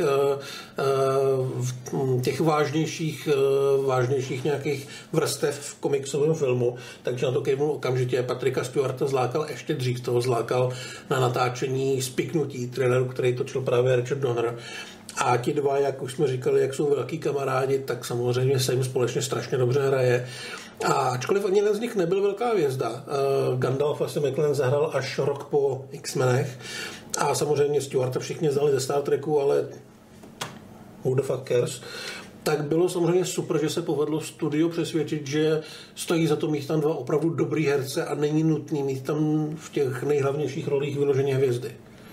těch vážnějších nějakých vrstev v komiksovém filmu, takže na to kejvnul okamžitě. Patricka Stewarta zlákal ještě dřív, toho zlákal na natáčení Spiknutí, thrilleru, který točil právě Richard Donner. A ti dva, jak už jsme říkali, jak jsou velký kamarádi, tak samozřejmě se jim společně strašně dobře hraje. A ačkoliv ani jeden z nich nebyl velká hvězda, Gandalfa si McKellen zahrál až rok po X-menech a samozřejmě Stewarta všichni znali ze Star Treku, ale who the fuck cares, tak bylo samozřejmě super, že se povedlo studio přesvědčit, že stojí za to mít tam dva opravdu dobrý herce a není nutný mít tam v těch nejhlavnějších rolích vyloženě hvězdy.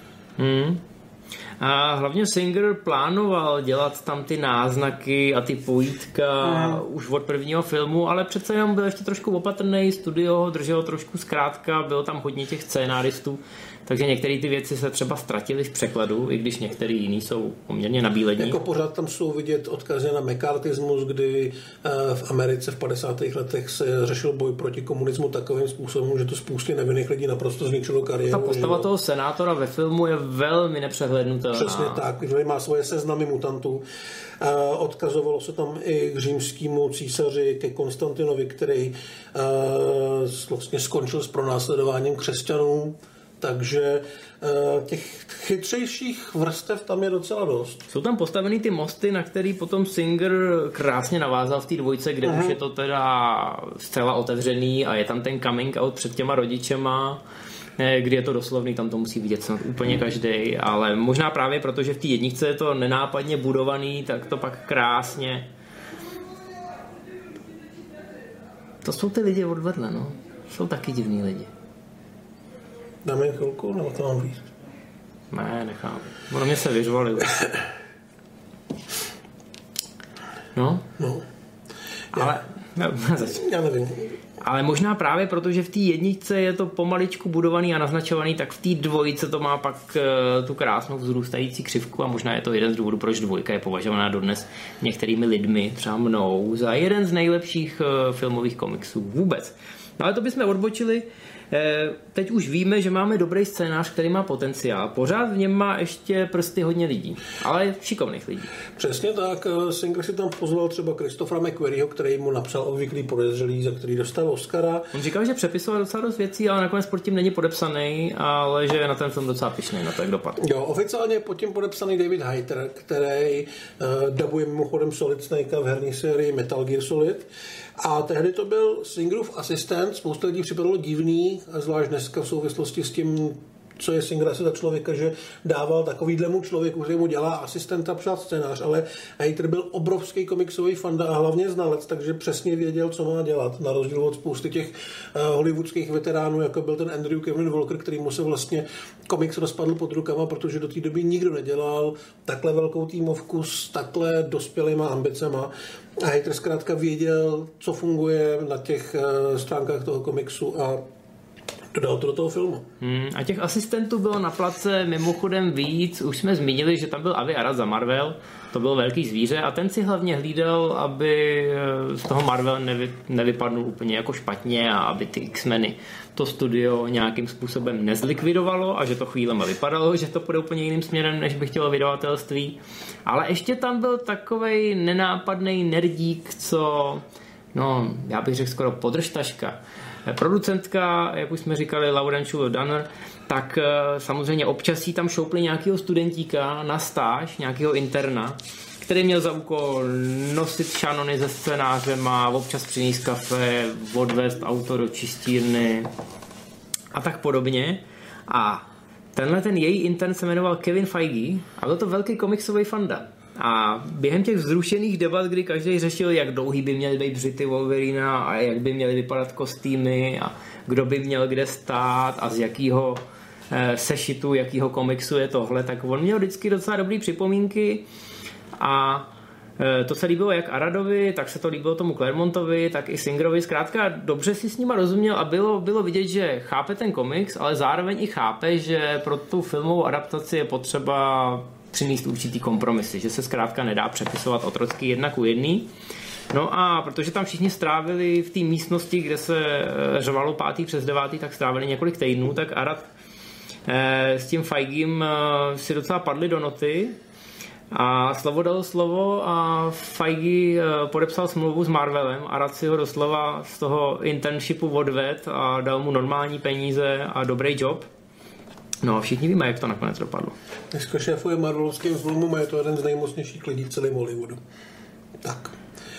A hlavně Singer plánoval dělat tam ty náznaky a ty pojítka už od prvního filmu, ale přece jenom byl ještě trošku opatrný, studio ho drželo trošku zkrátka, bylo tam hodně těch scénáristů, takže některé ty věci se třeba ztratily v překladu, i když některé jiný jsou poměrně nabílední. Jako pořád tam jsou vidět odkazy na mekartismus, kdy v Americe v 50. letech se řešil boj proti komunismu takovým způsobem, že to spoustě nevinných lidí naprosto zničilo kariéru. Ta postava toho senátora ve filmu je velmi nepřehlednutelná. Přesně tak, že má svoje seznamy mutantů. Odkazovalo se tam i k římskému císaři, ke Konstantinovi, který vlastně skončil s pronásledováním křesťanů. Takže těch chytřejších vrstev tam je docela dost. Jsou tam postaveny ty mosty, na který potom Singer krásně navázal v té dvojce, kde už je to teda zcela otevřený a je tam ten coming out před těma rodičema, kdy je to doslovný, tam to musí vidět snad úplně každý, ale možná právě proto, že v té jedničce je to nenápadně budovaný, tak to pak krásně. To jsou ty lidi odvedle, no. Jsou taky divní lidi. Dáme jen chvilku, nebo to mám víc? Ne, nechám. Ono mě se vyřvali. No. Ale... Já nevím. Ale možná právě proto, že v té jedničce je to pomaličku budovaný a naznačovaný, tak v té dvojice to má pak tu krásnou vzrůstající křivku a možná je to jeden z důvodů, proč dvojka je považovaná dodnes některými lidmi, třeba mnou, za jeden z nejlepších filmových komiksů vůbec. No ale to bychom odbočili. Teď už víme, že máme dobrý scénář, který má potenciál. Pořád v něm má ještě prsty hodně lidí, ale šikovných lidí. Přesně tak. Singer si tam pozval třeba Christophera McQuarrieho, který mu napsal Obvyklý podezřelý, za který dostal Oscara. On říkal, že přepisoval docela dost věcí, ale nakonec pod tím není podepsaný, ale že je na ten film docela pyšný, na to jak dopadl. Jo, oficiálně je pod tím podepsaný David Hayter, který dabuje mimochodem Solid Snakea v herní sérii Metal Gear Solid. A tehdy to byl Singerův asistent, spousta lidí připadalo divný, a zvlášť dneska v souvislosti s tím co je Singer asi za člověka, že dával takovýhlemu člověku, který mu dělá asistenta, psát scénář, ale Hater byl obrovský komiksový fanda a hlavně znalec, takže přesně věděl, co má dělat, na rozdíl od spousty těch hollywoodských veteránů, jako byl ten Andrew Kevin Walker, který mu se vlastně komiks rozpadl pod rukama, protože do té doby nikdo nedělal takhle velkou týmovku s takhle dospělýma ambicema. A Hater zkrátka věděl, co funguje na těch stránkách toho komiksu a dodal to do toho filmu. A těch asistentů bylo na place mimochodem víc. Už jsme zmínili, že tam byl Avi Arad za Marvel, to byl velký zvíře a ten si hlavně hlídal, aby z toho Marvel nevypadnul úplně jako špatně a aby ty X-meny to studio nějakým způsobem nezlikvidovalo a že to chvílema vypadalo, že to půjde úplně jiným směrem, než by chtělo vydavatelství. Ale ještě tam byl takovej nenápadnej nerdík, co, no, já bych řekl skoro podržtaška. Producentka, jak už jsme říkali, Lauren Schuler Danner, tak samozřejmě občas jí tam šoupli nějakého studentíka na stáž, nějakého interna, který měl za úkol nosit šanony ze scénářem a občas přinést kafe, odvést auto do čistírny a tak podobně. A tenhle ten její intern se jmenoval Kevin Feige a byl to velký komiksový fanda. A během těch vzrušených debat, kdy každý řešil, jak dlouhý by měly být břity Wolverina a jak by měly vypadat kostýmy a kdo by měl kde stát a z jakého sešitu, jakého komiksu je tohle, tak on měl vždycky docela dobrý připomínky a to se líbilo jak Aradovi, tak se to líbilo tomu Claremontovi, tak i Singerovi. Zkrátka dobře si s nima rozuměl a bylo vidět, že chápe ten komiks, ale zároveň i chápe, že pro tu filmovou adaptaci je potřeba přinést určitý kompromisy, že se zkrátka nedá přepisovat otrocky 1:1. No a protože tam všichni strávili v té místnosti, kde se řvalo 5. přes 9., tak strávili několik týdnů, tak Arad s tím Feigem si docela padli do noty a slovo dalo slovo a Feige podepsal smlouvu s Marvelem. Arad si ho doslova z toho internshipu odved a dal mu normální peníze a dobrý job. No a všichni víme, jak to nakonec dopadlo. Dneska šéfuje marvelovským filmům a je to jeden z nejmocnějších lidí v celém Hollywoodu. Tak.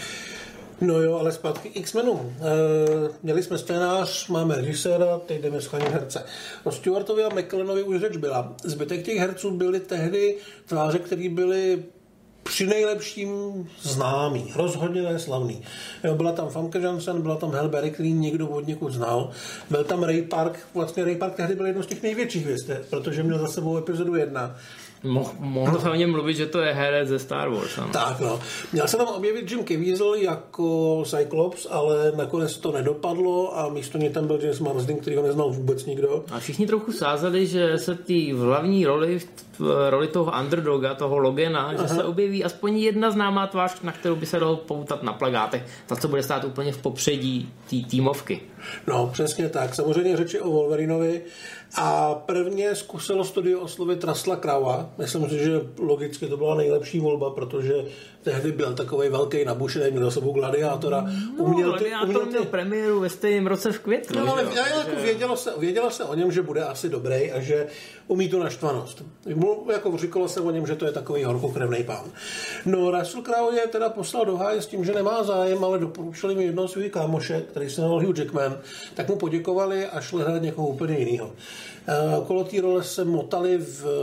No jo, ale zpátky k X-menům. Měli jsme scénář, máme režiséra, teď jdeme schánět herce. O Stewartovi a McKellenovi už řeč byla. Zbytek těch herců byly tehdy tváře, které byly při nejlepším známý, rozhodně ne slavný. Jo, byla tam Famke Janssen, byla tam Halle Berry, který někdo od někud znal. Byl tam Ray Park, vlastně Ray Park tehdy byl jednou z těch největších hvězd, protože měl za sebou epizodu 1. Mohl se o něm mluvit, že to je herec ze Star Wars. Ano. Tak no. Měl se tam objevit Jim Caviezel jako Cyclops, ale nakonec to nedopadlo a místo něj tam byl James Marsden, který ho neznal vůbec nikdo. A všichni trochu sázeli, že se v hlavní roli toho underdoga, toho Logana, že se objeví aspoň jedna známá tvář, na kterou by se dalo poutat na plakátech. Ta, co bude stát úplně v popředí té týmovky. No, přesně tak. Samozřejmě řeči o Wolverinovi. A prvně zkusilo studio oslovit Russella Crowe. Myslím si, že logicky to byla nejlepší volba, protože tehdy byl takovej velký nabušený, měl sebou Gladiátora. Gladiátor měl premiéru ve stejném roce v květnu. No, ale vědělo se o něm, že bude asi dobrý a že umí tu naštvanost. Jako říkalo se o něm, že to je takový horkokrevnej pán. No, Russell Crowe je teda poslal do háje s tím, že nemá zájem, ale doporučili mi jednoho svých kámoše, který se jmenoval Hugh Jackman, tak mu poděkovali a šli hledat někoho úplně jiného. Okolo té role se motali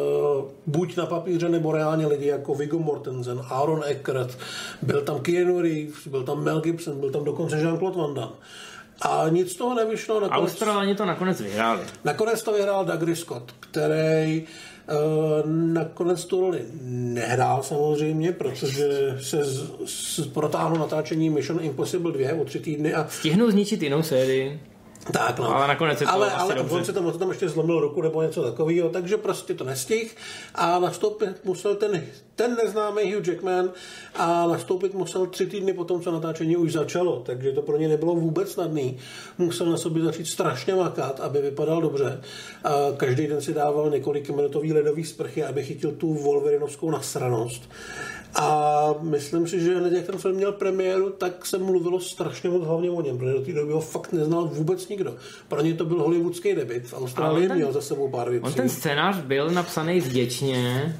buď na papíře nebo reálně lidi jako Viggo Mortensen, Aaron Eckhart, byl tam Keanu Reeves, byl tam Mel Gibson, byl tam dokonce Jean-Claude Van Damme. A nic z toho nevyšlo. Australani to nakonec vyhráli. Nakonec to vyhrál Douglas Scott, který nakonec tu roli nehrál samozřejmě, protože se protáhlo natáčení Mission Impossible 2 o 3 týdny. A stihnul zničit jinou sérii. Tak, no. Ale nakonec je to asi dobře. On se tam ještě zlomil ruku nebo něco takového, takže prostě to nestihl a nastoupit musel ten neznámý Hugh Jackman a nastoupit musel 3 týdny potom, co natáčení už začalo, takže to pro ně nebylo vůbec snadný. Musel na sobě začít strašně makat, aby vypadal dobře. A každý den si dával několik minutový ledový sprchy, aby chytil tu wolverinovskou nasranost. A myslím si, že hned jak ten film měl premiéru, tak se mluvilo strašně moc hlavně o něm, protože do té doby ho fakt neznal vůbec nikdo. Pro ně to byl hollywoodský debut. V Austrálii měl za sebou pár věcí. On ten scénář byl napsaný vděčně,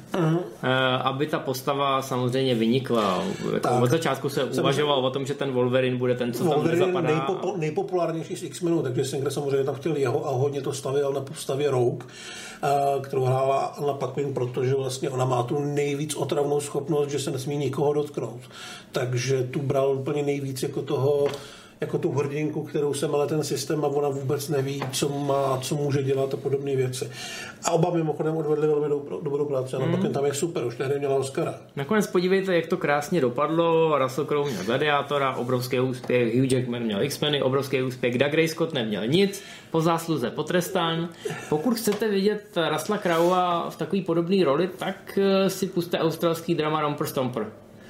aby ta postava samozřejmě vynikla. Od začátku se uvažoval o tom, že ten Wolverine bude ten, co tam nezapadá. Nejpopulárnější z X-menů, takže Singer samozřejmě tam chtěl jeho a hodně to stavěl na postavě Rogue, kterou hrála Anna Paquin, protože vlastně ona má tu nejvíc otravnou schopnost, že se nesmí nikoho dotknout. Takže tu bral úplně nejvíc jako tu hrdinku, kterou se mele ten systém a ona vůbec neví, co může dělat a podobné věci. A oba mimochodem odvedli velmi dobrou práci. Anna Paquin tam je super, už tehdy měla Oscara. Nakonec podívejte, jak to krásně dopadlo. Russell Crowe měl Gladiátora, obrovský úspěch, Hugh Jackman měl X-meny, obrovský úspěch, Doug Ray Scott neměl nic, po zásluze potrestán. Pokud chcete vidět Russella Crowe v takové podobné roli, tak si puste australský drama Romper Stomper,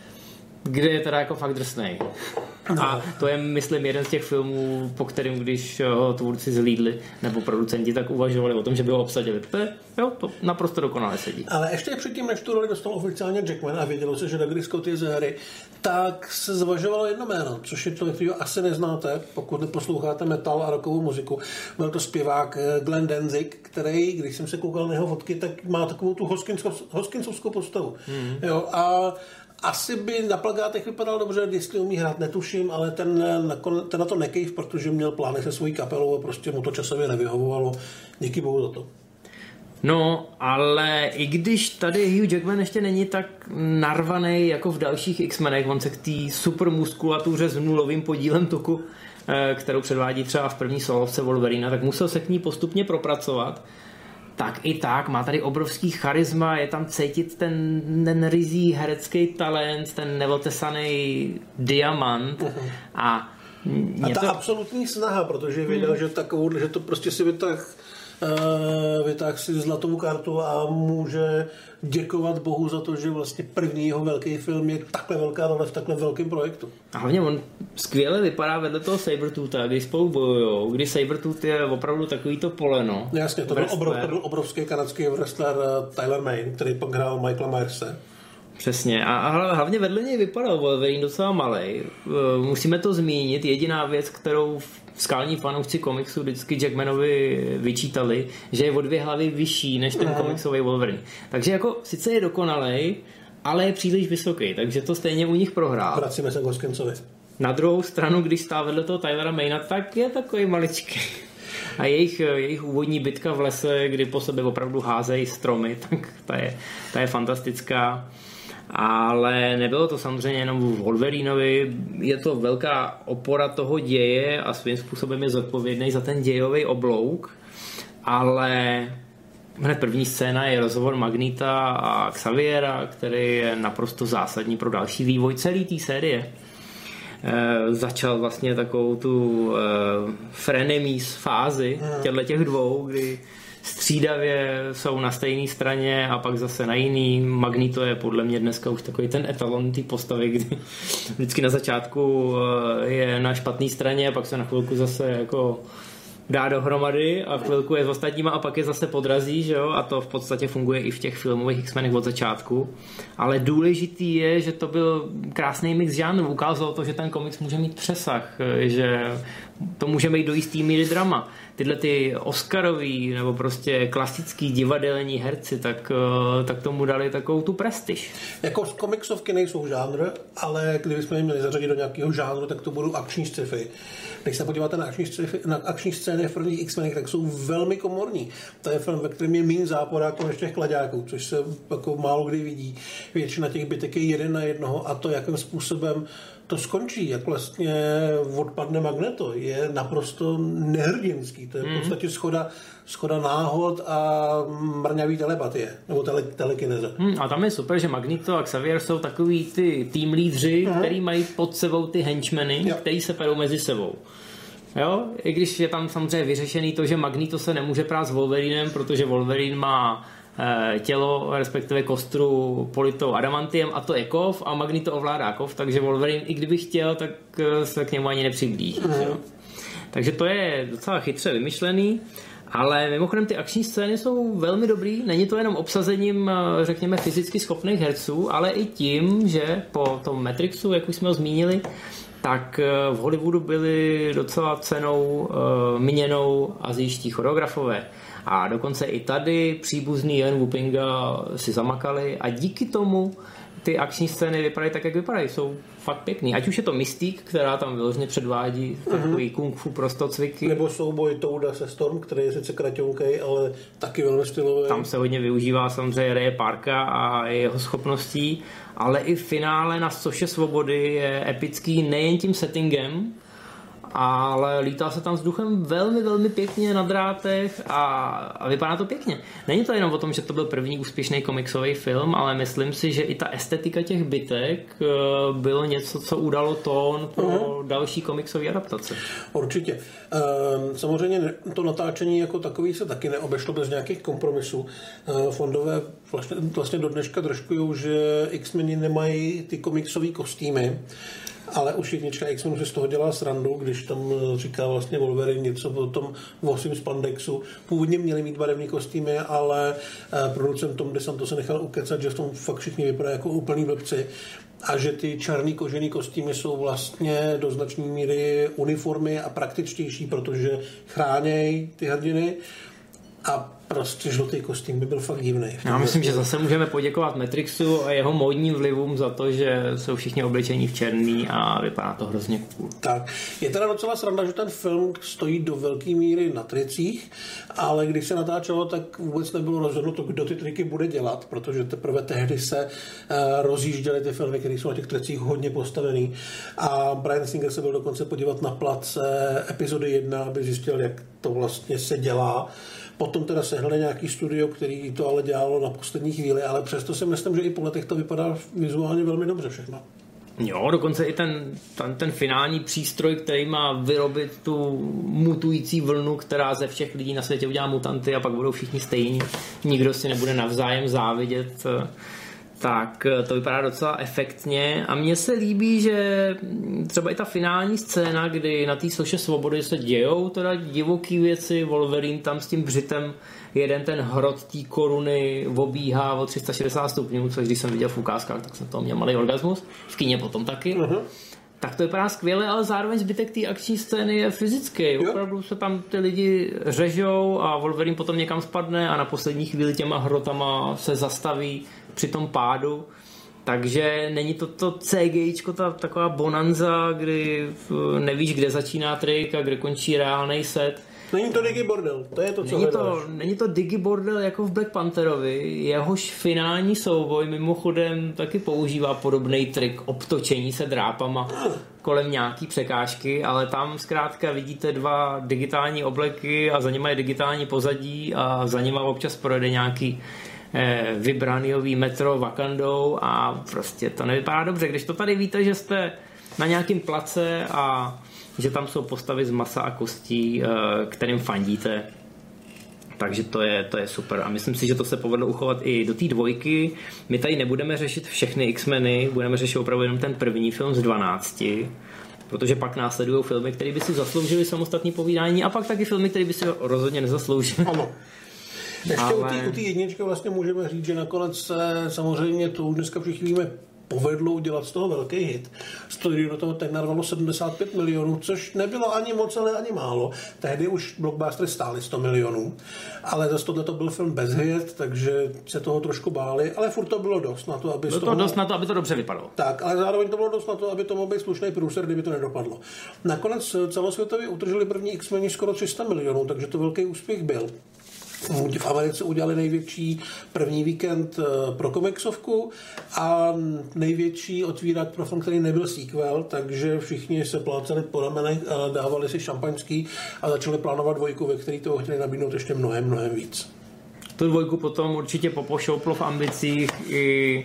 kde je teda jako fakt drsnej. A to je, myslím, jeden z těch filmů, po kterým, když ho tvůrci zhlídli nebo producenti, tak uvažovali o tom, že by ho obsadili. To naprosto dokonale sedí. Ale ještě předtím, než tu roli dostal oficiálně Jackman a vědělo se, že Doug Scott je z hry, tak se zvažovalo jedno jméno, což je člověk, kterýho asi neznáte, pokud neposloucháte metal a rockovou muziku. Byl to zpěvák Glenn Danzig, který, když jsem se koukal na jeho fotky, tak má takovou tu hoskinsovskou postavu. Jo, a asi by na plakátech vypadal dobře, jestli umí hrát, netuším, ale ten na to nekejv, protože měl plány se svojí kapelou a prostě mu to časově nevyhovovalo. Díky bohu za to. No, ale i když tady Hugh Jackman ještě není tak narvaný jako v dalších X-menech, on se k té super muskulatuře s nulovým podílem tuku, kterou předvádí třeba v první solovce Wolverina, tak musel se k ní postupně propracovat. Tak i tak, má tady obrovský charisma, je tam cítit ten rizí herecký talent, ten neotesaný diamant a ta absolutní snaha, protože věděl, že to prostě si vytáhl si zlatou kartu a může děkovat Bohu za to, že vlastně první jeho velký film je takhle velká role v takhle velkém projektu. A hlavně on skvěle vypadá vedle toho Sabertootha, když spolu bojujou, kdy Sabertooth je opravdu takovýto poleno. Jasně, to byl obrovský kanadský wrestler Tyler Mane, který pak hrál Michaela Myerse. Přesně. A hlavně vedle něj vypadal Wolverine docela malej. Musíme to zmínit. Jediná věc, kterou skalní fanoušci komiksu vždycky Jackmanovi vyčítali, že je o 2 hlavy vyšší než ten komiksový Wolverine. Takže jako sice je dokonalej, ale je příliš vysoký, takže to stejně u nich prohrál. Vracíme se k Hoskinsovi. Na druhou stranu, když stál vedle toho Tylera Maina, tak je takový maličký. A jejich úvodní bitka v lese, kdy po sobě opravdu házejí stromy, tak ta je fantastická. Ale nebylo to samozřejmě jenom v Wolverinovi, je to velká opora toho děje a svým způsobem je zodpovědný za ten dějový oblouk, ale hned první scéna je rozhovor Magneta a Xaviera, který je naprosto zásadní pro další vývoj celé té série. Začal vlastně takovou tu frenemies fázi těch dvou, kdy střídavě jsou na stejné straně a pak zase na jiný. Magneto je podle mě dneska už takový ten etalon té postavy, kdy vždycky na začátku je na špatné straně a pak se na chvilku zase jako dá dohromady a chvilku je s ostatníma a pak je zase podrazí, že jo? A to v podstatě funguje i v těch filmových X-menech od začátku. Ale důležitý je, že to byl krásný mix žánrů. Ukázalo to, že ten komiks může mít přesah, že to může být do jistý míry drama. Tyhle ty Oscarový nebo prostě klasický divadelní herci, tak tomu dali takovou tu prestiž. Jako komiksovky nejsou žánr, ale kdybychom je měli zařadit do nějakého žánru, tak to budou akční sci-fi. Když se podíváte na akční scény v prvních X-menech, tak jsou velmi komorní. To je film, ve kterém je méně záporáků než těch klaďáků, což se jako málo kdy vidí. Většina těch bitek je 1 na 1 a to, jakým způsobem to skončí, jak vlastně odpadne Magneto, je naprosto nehrdinský. To je v podstatě schoda náhod a mrňavý telepatie, nebo telekineze. A tam je super, že Magneto a Xavier jsou takový ty tým lídři, který mají pod sebou ty henchmeny, který se perou mezi sebou. Jo? I když je tam samozřejmě vyřešený to, že Magneto se nemůže prát s Wolverinem, protože Wolverine má tělo, respektive kostru politou adamantiem a to je kov a Magneto ovládá kov, takže Wolverine, i kdyby chtěl, tak se k němu ani nepřiblíží. Takže to je docela chytře vymyšlený Ale mimochodem ty akční scény jsou velmi dobrý, není to jenom obsazením, řekněme, fyzicky schopných herců, ale i tím, že po tom Matrixu, jak už jsme ho zmínili, tak v Hollywoodu byli docela cenou měnou asijští choreografové. A dokonce i tady příbuzný Ian Wupinga si zamakali a díky tomu ty akční scény vypadají tak, jak vypadají. Jsou fakt pěkný. Ať už je to Mystique, která tam vyloženě předvádí takový kung fu prostocviky. Nebo souboj Touda se Storm, který je sice kraťonkej, ale taky velmi stylový. Tam se hodně využívá samozřejmě Raye Parka a jeho schopností, ale i v finále na Soše svobody je epický nejen tím settingem, ale lítá se tam vzduchem velmi, velmi pěkně na drátech a vypadá to pěkně. Není to jenom o tom, že to byl první úspěšný komiksový film, ale myslím si, že i ta estetika těch bitek bylo něco, co udalo tón pro další komiksové adaptace. Určitě. Samozřejmě to natáčení jako takový se taky neobešlo bez nějakých kompromisů. Fondové vlastně do dneška držkujou, že X-meni nemají ty komiksové kostýmy, ale už jednička X-Men z toho dělá srandu, když tam říká vlastně Wolverine něco o tom vosím spandexu. Původně měli mít barevný kostýmy, ale producent Tom DeSanto se nechal ukecat, že v tom fakt všichni vypadají jako úplný blbci a že ty černý kožený kostýmy jsou vlastně do značné míry uniformy a praktičtější, protože chránějí ty hrdiny a prostě žlutý kostým by byl fakt divný. Já myslím, že zase můžeme poděkovat Matrixu a jeho módním vlivům za to, že jsou všichni oblečení v černý a vypadá to hrozně cool. Tak, je teda docela sranda, že ten film stojí do velké míry na tricích, ale když se natáčelo, tak vůbec nebylo rozhodnuto, kdo ty triky bude dělat, protože teprve tehdy se rozjížděly ty filmy, které jsou na těch tricích hodně postavený. A Bryan Singer se byl dokonce podívat na place epizody 1, aby zjistil, jak to vlastně se dělá. Potom teda sehnali nějaký studio, který to ale dělalo na poslední chvíli, ale přesto si myslím, že i po letech to vypadá vizuálně velmi dobře všechno. Jo, dokonce i ten finální přístroj, který má vyrobit tu mutující vlnu, která ze všech lidí na světě udělá mutanty a pak budou všichni stejní. Nikdo si nebude navzájem závidět. Tak to vypadá docela efektně a mně se líbí, že třeba i ta finální scéna, kdy na té Soše svobody se dějou teda divoký věci, Wolverine tam s tím břitem jeden ten hrot té koruny obíhá o 360 stupňů, což když jsem viděl v ukázkách, tak jsem toho měl malý orgasmus, v kině potom taky. Tak to vypadá skvěle, ale zároveň zbytek té akční scény je fyzický. Opravdu se tam ty lidi řežou a Wolverine potom někam spadne a na poslední chvíli těma hrotama se zastaví při tom pádu. Takže není to CGIčko, ta taková bonanza, kdy nevíš, kde začíná trik a kde končí reálný set. Není to digibordel, to je to, co není to digibordel jako v Black Pantherovi, jehož finální souboj mimochodem taky používá podobný trik obtočení se drápama kolem nějaký překážky, ale tam zkrátka vidíte dva digitální obleky a za nimi je digitální pozadí a za nimi občas projede nějaký vibraniový metro Wakandou a prostě to nevypadá dobře. Když to tady víte, že jste na nějakém place a že tam jsou postavy z masa a kostí, kterým fandíte, takže to je super a myslím si, že to se povedlo uchovat i do té dvojky. My tady nebudeme řešit všechny X-meny, budeme řešit opravdu jenom ten první film z 12, protože pak následují filmy, které by si zasloužily samostatné povídání a pak taky filmy, které by si rozhodně nezasloužily. Ano. Ještě u té jedničky vlastně můžeme říct, že nakonec se samozřejmě to už dneska všichni víme, povedlo udělat z toho velký hit. Studio do toho teď narvalo 75 milionů, což nebylo ani moc, ale ani málo. Tehdy už blockbustery stály 100 milionů, ale zase tohle to byl film bez hvězd, takže se toho trošku báli, ale furt to bylo dost na to, aby dost na to, aby to dobře vypadalo. Tak, ale zároveň to bylo dost na to, aby to mohl být slušný průser, kdyby to nedopadlo. Nakonec celosvětově utržili první X-meni skoro 300 milionů, takže to velký úspěch byl. V Americe udělali největší první víkend pro komiksovku a největší otvírák pro film, který nebyl sequel, takže všichni se plácali po ramenech a dávali si šampaňský a začali plánovat dvojku, ve který toho chtěli nabídnout ještě mnohem víc. Tu dvojku potom určitě popošouplo v ambicích i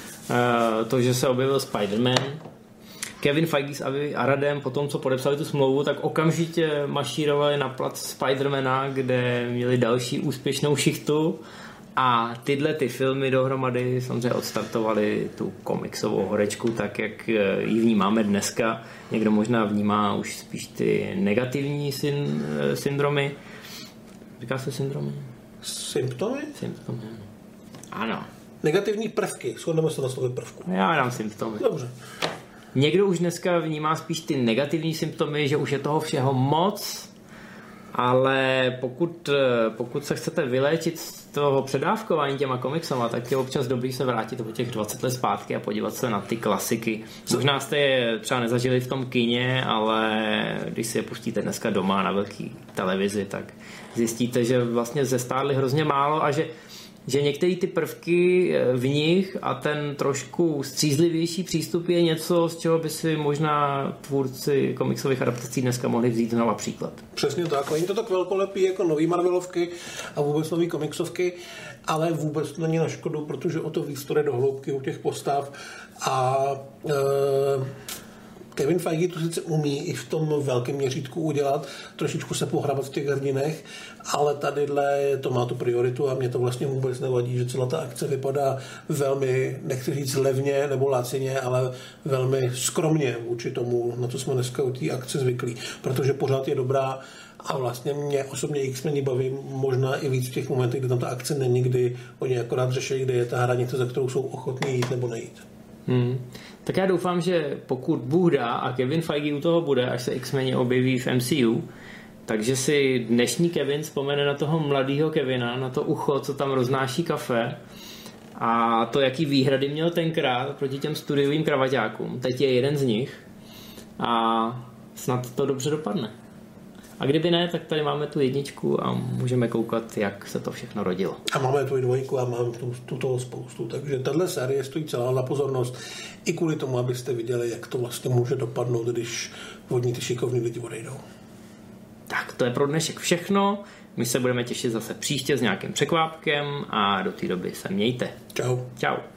to, že se objevil Spider-Man. Kevin Feige s Avi Aradem po tom, co podepsali tu smlouvu, tak okamžitě mašírovali na plac Spidermana, kde měli další úspěšnou šichtu a tyhle ty filmy dohromady samozřejmě odstartovaly tu komiksovou horečku, tak jak ji vnímáme dneska. Někdo možná vnímá už spíš ty negativní syndromy. Říká se syndromy? Symptomy? Symptomy. Ano. Negativní prvky. Shodneme se na slově prvku. Já dám symptomy. Dobře. Někdo už dneska vnímá spíš ty negativní symptomy, že už je toho všeho moc, ale pokud se chcete vyléčit z toho předávkování těma komiksama, tak je občas dobrý se vrátit o těch 20 let zpátky a podívat se na ty klasiky. Možná jste je třeba nezažili v tom kině, ale když si je pustíte dneska doma na velký televizi, tak zjistíte, že vlastně zestárli hrozně málo a že některé ty prvky v nich a ten trošku střízlivější přístup je něco, z čeho by si možná tvůrci komiksových adaptací dneska mohli vzít znova příklad. Přesně tak. Není to tak velkolepý jako nový Marvelovky a vůbec nový komiksovky, ale vůbec to není na škodu, protože o to víc to jde do hloubky u těch postav a Kevin Feige to sice umí i v tom velkém měřítku udělat, trošičku se pohrabat v těch hrdinech, ale tadyhle to má tu prioritu a mě to vlastně vůbec nevadí, že celá ta akce vypadá velmi, nechci říct levně nebo lacině, ale velmi skromně vůči tomu, na co jsme dneska u té akce zvyklí, protože pořád je dobrá a vlastně mě osobně X-Men baví možná i víc v těch momentech, kdy tam ta akce není, kdy oni akorát řeší, kde je ta hranice, za kterou jsou ochotní jít nebo nejít. Tak já doufám, že pokud Bůh dá a Kevin Feige u toho bude, až se X-meni objeví v MCU, takže si dnešní Kevin vzpomene na toho mladého Kevina, na to ucho, co tam roznáší kafe a to, jaký výhrady měl tenkrát proti těm studiovým kravaťákům. Teď je jeden z nich a snad to dobře dopadne. A kdyby ne, tak tady máme tu jedničku a můžeme koukat, jak se to všechno rodilo. A máme tu i dvojku a máme tu toho spoustu. Takže tahle série stojí celá na pozornost i kvůli tomu, abyste viděli, jak to vlastně může dopadnout, když vodní ty šikovní lidi odejdou. Tak, to je pro dnešek všechno. My se budeme těšit zase příště s nějakým překvápkem a do té doby se mějte. Čau. Čau.